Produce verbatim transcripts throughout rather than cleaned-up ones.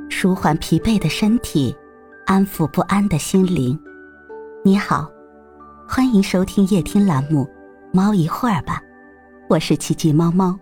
舒缓疲惫的身体，安抚不安的心灵。你好，欢迎收听夜听栏目《猫一会儿吧》，我是奇迹猫猫。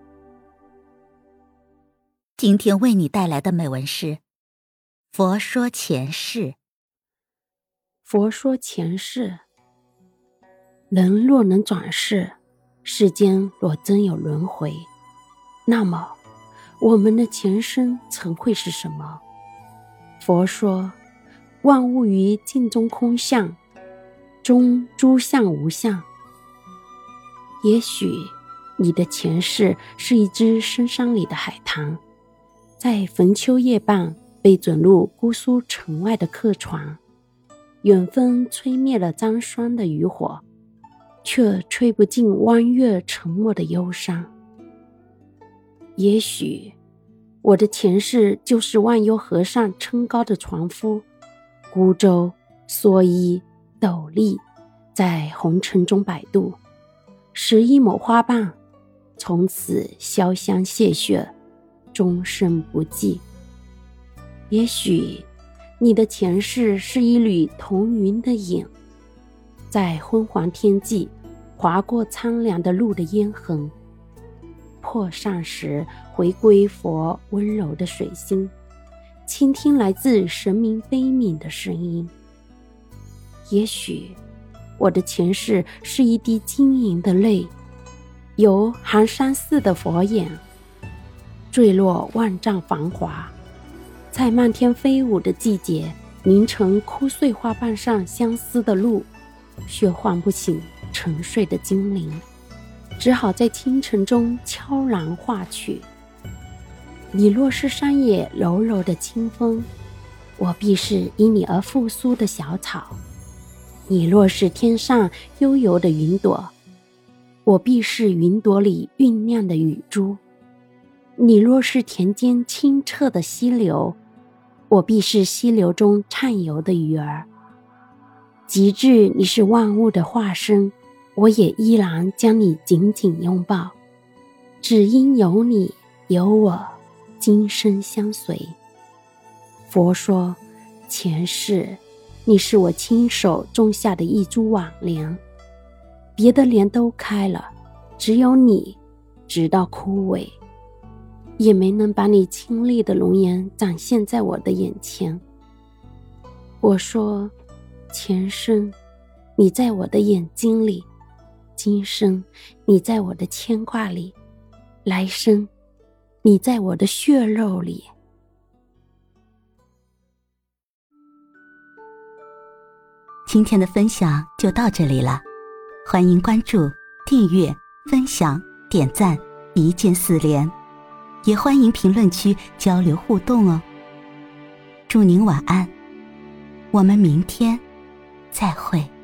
今天为你带来的美文是《佛说前世》。 佛说前世，人若能转世，世间若真有轮回，那么我们的前生曾会是什么？佛说，万物于镜中空相，中诸相无相。也许你的前世是一只深山里的海棠，在逢秋夜半被准入姑苏城外的客船，远风吹灭了张霜的渔火，却吹不尽弯月沉默的忧伤。也许我的前世就是万忧河上撑高的船夫，孤舟、蓑衣、斗笠，在红尘中摆渡，拾一抹花瓣，从此潇湘谢雪，终身不寂。也许你的前世是一缕彤云的影，在昏黄天际划过苍凉的路的烟痕，破散时回归佛温柔的水心，倾听来自神明悲悯的声音。也许我的前世是一滴晶莹的泪，由寒山寺的佛眼坠落万丈繁华，在漫天飞舞的季节凝成枯碎花瓣上相思的露，却唤不醒沉睡的精灵，只好在清晨中悄然化去。你若是山野柔柔的清风，我必是因你而复苏的小草；你若是天上悠游的云朵，我必是云朵里酝酿的雨珠；你若是田间清澈的溪流，我必是溪流中畅游的鱼儿。极致你是万物的化身，我也依然将你紧紧拥抱，只因有你有我，今生相随。佛说，前世你是我亲手种下的一株挽莲，别的莲都开了，只有你直到枯萎，也没能把你清丽的容颜展现在我的眼前。我说，前生你在我的眼睛里，今生你在我的牵挂里，来生你在我的血肉里。 今天的分享就到这里了，欢迎关注、订阅、分享、点赞，一键四连，也欢迎评论区交流互动哦。祝您晚安，我们明天再会。